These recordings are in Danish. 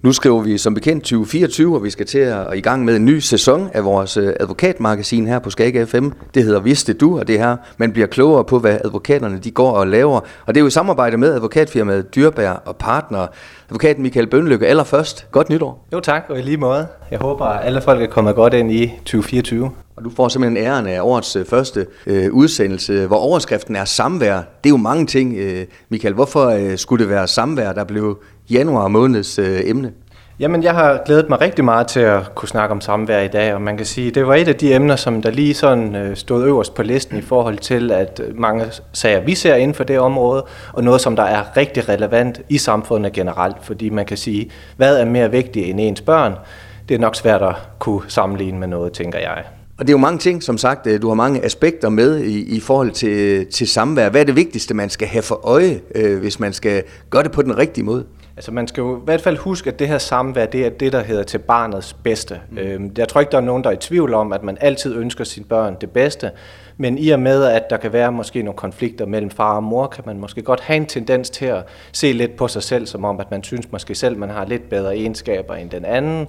Nu skriver vi som bekendt 2024, og vi skal til at i gang med en ny sæson af vores advokatmagasin her på Skag FM. Det hedder Vidste du, og det her, man bliver klogere på, hvad advokaterne de går og laver. Og det er jo i samarbejde med advokatfirmaet Dyrbær og partner. Advokaten Michael Bønlykke, allerførst, godt nytår. Jo tak, og i lige måde. Jeg håber, at alle folk er kommet godt ind i 2024. Og du får simpelthen æren af årets første udsendelse, hvor overskriften er samvær. Det er jo mange ting, Michael. Hvorfor skulle det være samvær, der blev januar måneds emne? Jamen, jeg har glædet mig rigtig meget til at kunne snakke om samvær i dag, og man kan sige, det var et af de emner, som der lige sådan stod øverst på listen i forhold til, at mange sager, vi ser inden for det område, og noget, som der er rigtig relevant i samfundet generelt, fordi man kan sige, hvad er mere vigtigt end ens børn? Det er nok svært at kunne sammenligne med noget, tænker jeg. Og det er jo mange ting, som sagt, du har mange aspekter med i forhold til samvær. Hvad er det vigtigste, man skal have for øje, hvis man skal gøre det på den rigtige måde? Altså man skal jo i hvert fald huske, at det her samvær, det er det, der hedder til barnets bedste. Jeg tror ikke, der er nogen, der er i tvivl om, at man altid ønsker sine børn det bedste. Men i og med, at der kan være måske nogle konflikter mellem far og mor, kan man måske godt have en tendens til at se lidt på sig selv, som om, at man synes måske selv, man har lidt bedre egenskaber end den anden.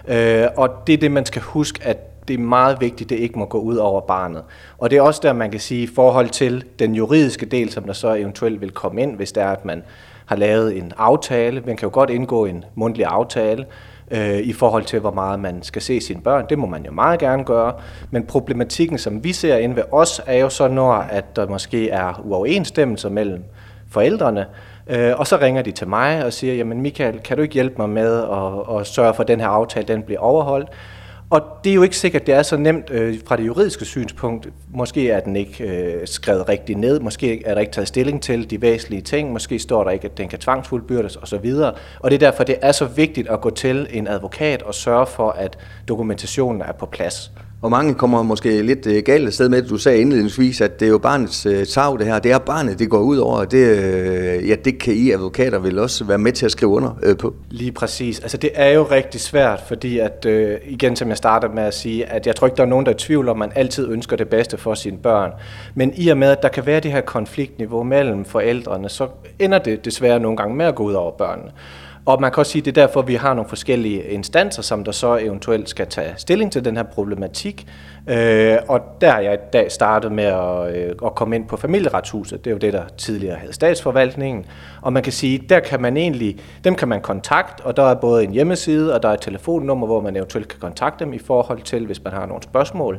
Og det er det, man skal huske, at det er meget vigtigt, det ikke må gå ud over barnet. Og det er også der, man kan sige, i forhold til den juridiske del, som der så eventuelt vil komme ind, hvis det er, at man har lavet en aftale. Man kan jo godt indgå en mundtlig aftale i forhold til, hvor meget man skal se sine børn. Det må man jo meget gerne gøre. Men problematikken, som vi ser inde ved os, er jo så, når at der måske er uoverensstemmelser mellem forældrene, og så ringer de til mig og siger, jamen Michael, kan du ikke hjælpe mig med at sørge for, at den her aftale den bliver overholdt? Og det er jo ikke sikkert, at det er så nemt fra det juridiske synspunkt. Måske er den ikke skrevet rigtigt ned, måske er der ikke taget stilling til de væsentlige ting, måske står der ikke, at den kan tvangsfuldbyrdes osv. Og det er derfor, det er så vigtigt at gå til en advokat og sørge for, at dokumentationen er på plads. Og mange kommer måske lidt galt af sted med, at du sagde indledningsvis, at det er jo barnets tarv det her. Det er barnet, det går ud over. Det kan I advokater vel også være med til at skrive under på. Lige præcis. Altså det er jo rigtig svært, fordi at, igen som jeg startede med at sige, at jeg tror ikke, der er nogen, der er i tvivl om, at man altid ønsker det bedste for sine børn. Men i og med, at der kan være det her konfliktniveau mellem forældrene, så ender det desværre nogle gange med at gå ud over børnene. Og man kan også sige, at det er derfor, at vi har nogle forskellige instanser, som der så eventuelt skal tage stilling til den her problematik. Og der har jeg i dag startet med at komme ind på Familieretshuset. Det er jo det, der tidligere hed Statsforvaltningen. Og man kan sige, der kan man egentlig, dem kan man kontakte, og der er både en hjemmeside, og der er et telefonnummer, hvor man eventuelt kan kontakte dem i forhold til, hvis man har nogle spørgsmål.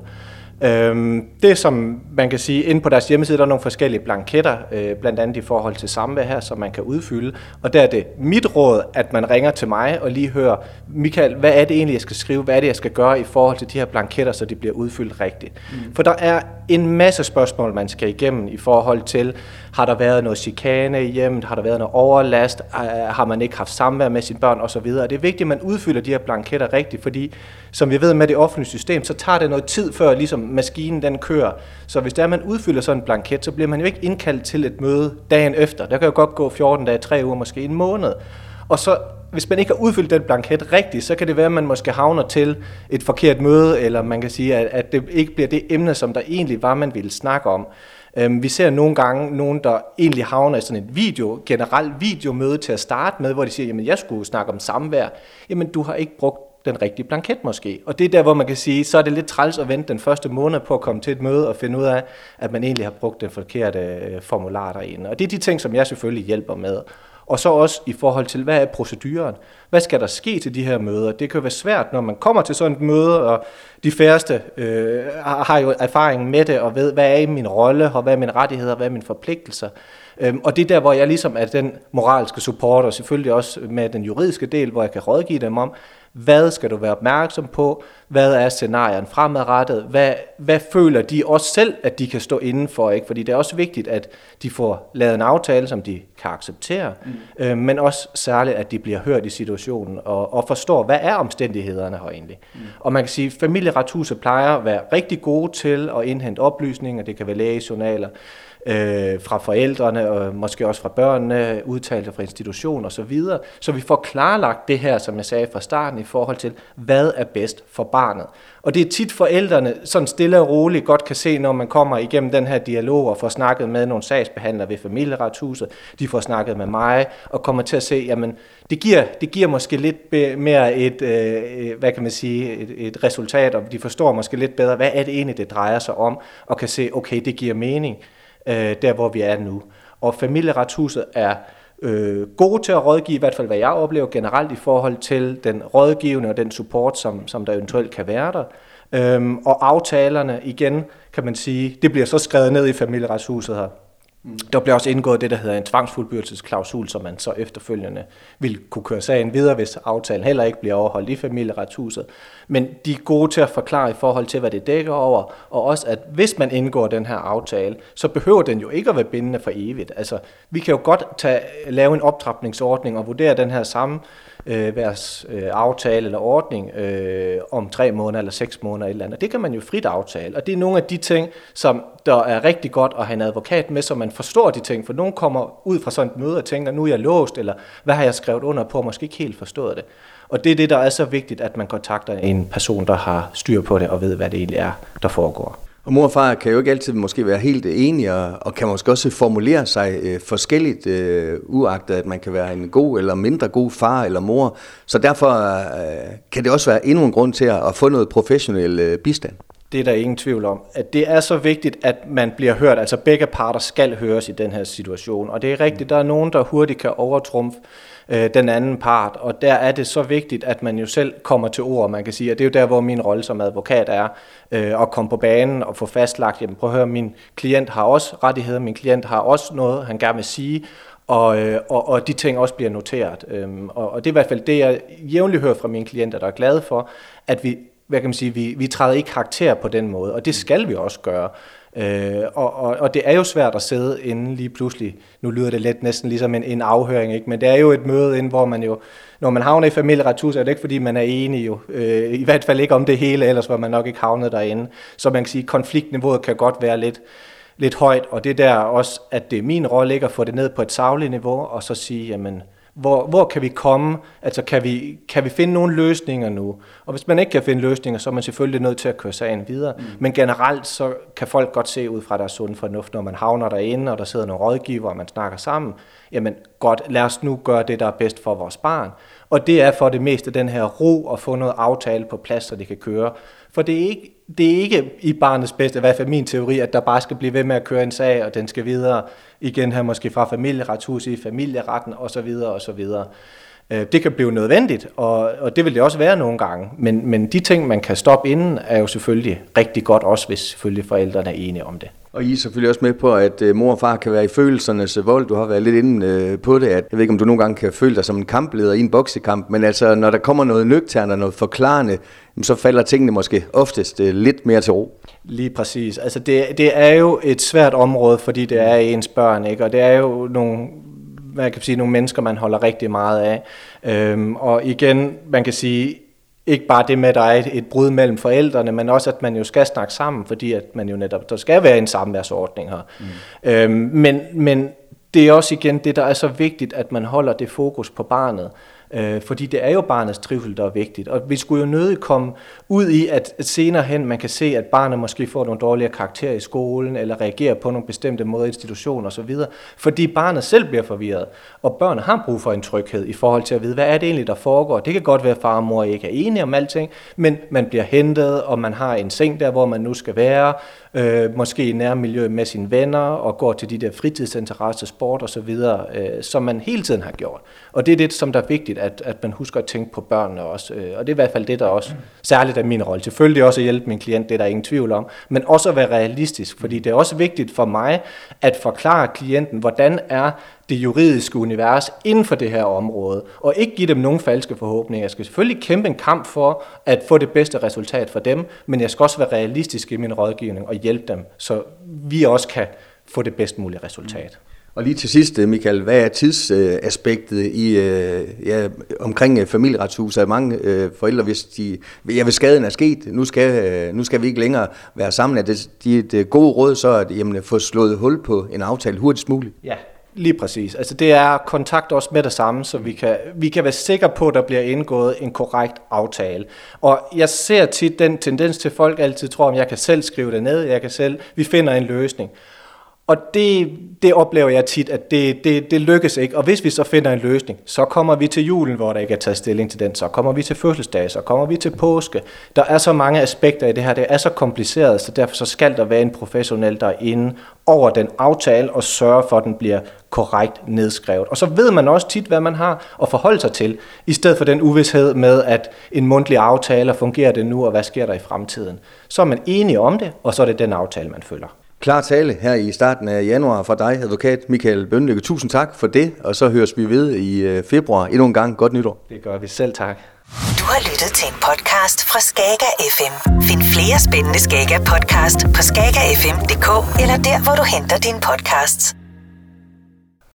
Det som man kan sige, inde på deres hjemmeside, der er nogle forskellige blanketter, blandt andet i forhold til samvær her, som man kan udfylde. Og der er det mit råd, at man ringer til mig og lige hører, Michael, hvad er det egentlig, jeg skal skrive? Hvad er det, jeg skal gøre i forhold til de her blanketter, så de bliver udfyldt rigtigt? For der er en masse spørgsmål, man skal igennem i forhold til, har der været noget chikane i hjemmet? Har der været noget overlast? Har man ikke haft samvær med sine børn? Og så videre. Det er vigtigt, at man udfylder de her blanketter rigtigt, fordi som vi ved med det offentlige system, så tager det noget tid før ligesom maskinen den kører. Så hvis der man udfylder sådan en blanket, så bliver man jo ikke indkaldt til et møde dagen efter. Der kan jo godt gå 14 dage, 3 uger, måske en måned. Og så hvis man ikke har udfyldt den blanket rigtigt, så kan det være, at man måske havner til et forkert møde, eller man kan sige, at det ikke bliver det emne, som der egentlig var, man ville snakke om. Vi ser nogle gange nogen, der egentlig havner i sådan et generelt videomøde til at starte med, hvor de siger, jamen jeg skulle snakke om samvær. Jamen du har ikke brugt den rigtige blanket måske. Og det er der, hvor man kan sige, så er det lidt træls at vente den første måned på at komme til et møde og finde ud af, at man egentlig har brugt den forkerte formular derinde. Og det er de ting, som jeg selvfølgelig hjælper med. Og så også i forhold til, hvad er proceduren? Hvad skal der ske til de her møder? Det kan jo være svært, når man kommer til sådan et møde, og de færreste har jo erfaring med det, og ved, hvad er min rolle, og hvad er mine rettigheder, hvad er mine forpligtelser. Og det er der, hvor jeg ligesom er den moralske support, og selvfølgelig også med den juridiske del, hvor jeg kan rådgive dem om, hvad skal du være opmærksom på? Hvad er scenarien fremadrettet? Hvad føler de også selv, at de kan stå indenfor? Ikke? Fordi det er også vigtigt, at de får lavet en aftale, som de kan acceptere, men også særligt, at de bliver hørt i situationen og forstår, hvad er omstændighederne her egentlig. Og man kan sige, at Familieretshuset plejer at være rigtig gode til at indhente oplysninger. Det kan være lægejournaler. fra forældrene, og måske også fra børnene, udtalelser fra institutioner osv., så vi får klarlagt det her, som jeg sagde fra starten, i forhold til, hvad er bedst for barnet. Og det er tit forældrene sådan stille og roligt godt kan se, når man kommer igennem den her dialog og får snakket med nogle sagsbehandlere ved Familieretshuset, de får snakket med mig og kommer til at se, jamen det giver måske lidt mere et resultat, og de forstår måske lidt bedre, hvad er det egentlig, det drejer sig om, og kan se, okay, det giver mening der, hvor vi er nu. Og Familieretshuset er gode til at rådgive, i hvert fald hvad jeg oplever generelt i forhold til den rådgivende og den support, som der eventuelt kan være der. Og aftalerne, igen kan man sige, det bliver så skrevet ned i Familieretshuset her. Der bliver også indgået det, der hedder en tvangsfuldbyrdelsesklausul, som man så efterfølgende vil kunne køre sagen videre, hvis aftalen heller ikke bliver overholdt i Familieretshuset. Men de er gode til at forklare i forhold til, hvad det dækker over, og også at hvis man indgår den her aftale, så behøver den jo ikke at være bindende for evigt. Altså, vi kan jo godt lave en optrapningsordning og vurdere den her aftale eller ordning om 3 måneder eller 6 måneder eller andet. Det kan man jo frit aftale, og det er nogle af de ting, som der er rigtig godt at have en advokat med, så man forstår de ting, for nogen kommer ud fra sådan et møde og tænker, nu er jeg låst, eller hvad har jeg skrevet under på, og måske ikke helt forstået det. Og det er det, der er så vigtigt, at man kontakter en person, der har styr på det, og ved, hvad det egentlig er, der foregår. Og mor og far kan jo ikke altid måske være helt enige, og kan måske også formulere sig forskelligt, uagtet at man kan være en god eller mindre god far eller mor. Så derfor kan det også være endnu en grund til at få noget professionel bistand. Det er der ingen tvivl om. At det er så vigtigt, at man bliver hørt. Altså begge parter skal høres i den her situation. Og det er rigtigt, der er nogen, der hurtigt kan overtrumfe den anden part. Og der er det så vigtigt, at man jo selv kommer til ord, man kan sige. Og det er jo der, hvor min rolle som advokat er. At komme på banen og få fastlagt, jamen prøv at høre, min klient har også rettigheder, min klient har også noget, han gerne vil sige. Og de ting også bliver noteret. Og det er i hvert fald det, jeg jævnligt hører fra mine klienter, der er glade for, at vi træder ikke karakter på den måde, og det skal vi også gøre. Og det er jo svært at sidde inde lige pludselig. Nu lyder det let næsten ligesom en afhøring, ikke? Men det er jo et møde inde, hvor man jo, når man havner i Familieretshuset, er det ikke fordi man er enig jo, i hvert fald ikke om det hele, ellers var man nok ikke havnet derinde. Så man kan sige, at konfliktniveauet kan godt være lidt højt, og det er der også, at det er min rolle ikke at få det ned på et sagligt niveau, og så sige, jamen, hvor kan vi komme? Altså kan vi finde nogle løsninger nu? Og hvis man ikke kan finde løsninger, så er man selvfølgelig nødt til at køre sagen videre. Men generelt så kan folk godt se ud fra deres sunde fornuft, når man havner derinde, og der sidder nogle rådgivere, og man snakker sammen. Jamen godt, lad os nu gøre det, der er bedst for vores barn. Og det er for det meste den her ro at få noget aftale på plads, så det kan køre. For det er ikke i barnets bedste, i hvert fald min teori, at der bare skal blive ved med at køre en sag, og den skal videre igen her måske fra Familieretshuset i familieretten osv. osv. Det kan blive nødvendigt, og det vil det også være nogle gange. Men de ting, man kan stoppe inden, er jo selvfølgelig rigtig godt, også hvis selvfølgelig forældrene er enige om det. Og I er selvfølgelig også med på, at mor og far kan være i følelsernes vold. Du har været lidt inde på det. Jeg ved ikke, om du nogle gange kan føle dig som en kampleder i en boksekamp, men altså, når der kommer noget nøgternt og noget forklarende, så falder tingene måske oftest lidt mere til ro. Lige præcis. Altså, det er jo et svært område, fordi det er ens børn, ikke? Og det er jo nogle mennesker, man holder rigtig meget af. Og igen, man kan sige, ikke bare det med, at der er et brud mellem forældrene, men også, at man jo skal snakke sammen, fordi at man jo netop, der skal være en samværsordning her. Men det er også igen det, der er så vigtigt, at man holder det fokus på barnet. Fordi det er jo barnets trivsel, der er vigtigt. Og vi skulle jo nødigt komme ud i, at senere hen man kan se, at barnet måske får nogle dårligere karakterer i skolen, eller reagerer på nogle bestemte måder i institutioner osv., fordi barnet selv bliver forvirret. Og børn har brug for en tryghed i forhold til at vide, hvad er det egentlig, der foregår. Det kan godt være, at far og mor ikke er enige om alting, men man bliver hentet, og man har en seng der, hvor man nu skal være, måske i nærmiljø med sine venner, og går til de der fritidsinteresser, sport osv., som man hele tiden har gjort. Og det er det, som der er vigtigt, at man husker at tænke på børnene også. Og det er i hvert fald det, der også særligt er min rolle. Selvfølgelig også at hjælpe min klient, det er der ingen tvivl om, men også at være realistisk, fordi det er også vigtigt for mig at forklare klienten, hvordan er det juridiske univers inden for det her område, og ikke give dem nogen falske forhåbninger. Jeg skal selvfølgelig kæmpe en kamp for at få det bedste resultat for dem, men jeg skal også være realistisk i min rådgivning og hjælpe dem, så vi også kan få det bedst mulige resultat. Og lige til sidst, Michael, hvad er tidsaspektet omkring familieretshuset? Mange forældre, hvis skaden er sket, nu skal vi ikke længere være sammen. Er det gode råd så at få slået hul på en aftale hurtigst muligt? Ja, lige præcis. Altså det er kontakt også med det samme, så vi kan være sikre på, at der bliver indgået en korrekt aftale. Og jeg ser tit den tendens til, folk altid tror, at jeg kan selv skrive det ned, vi finder en løsning. Og det oplever jeg tit, at det lykkes ikke. Og hvis vi så finder en løsning, så kommer vi til julen, hvor der ikke er taget stilling til den. Så kommer vi til fødselsdag, så kommer vi til påske. Der er så mange aspekter i det her. Det er så kompliceret, så derfor så skal der være en professionel, der er inde over den aftale og sørge for, at den bliver korrekt nedskrevet. Og så ved man også tit, hvad man har at forholde sig til, i stedet for den uvished med, at en mundtlig aftale fungerer det nu, og hvad sker der i fremtiden. Så er man enige om det, og så er det den aftale, man følger. Klar tale her i starten af januar fra dig, advokat Michael Bønnelykke. Tusind tak for det, og så høres vi ved i februar. Endnu en gang godt nytår. Det gør vi selv, tak. Du har lyttet til en podcast fra Skager FM. Find flere spændende Skager podcast på skagerfm.dk eller der, hvor du henter dine podcasts.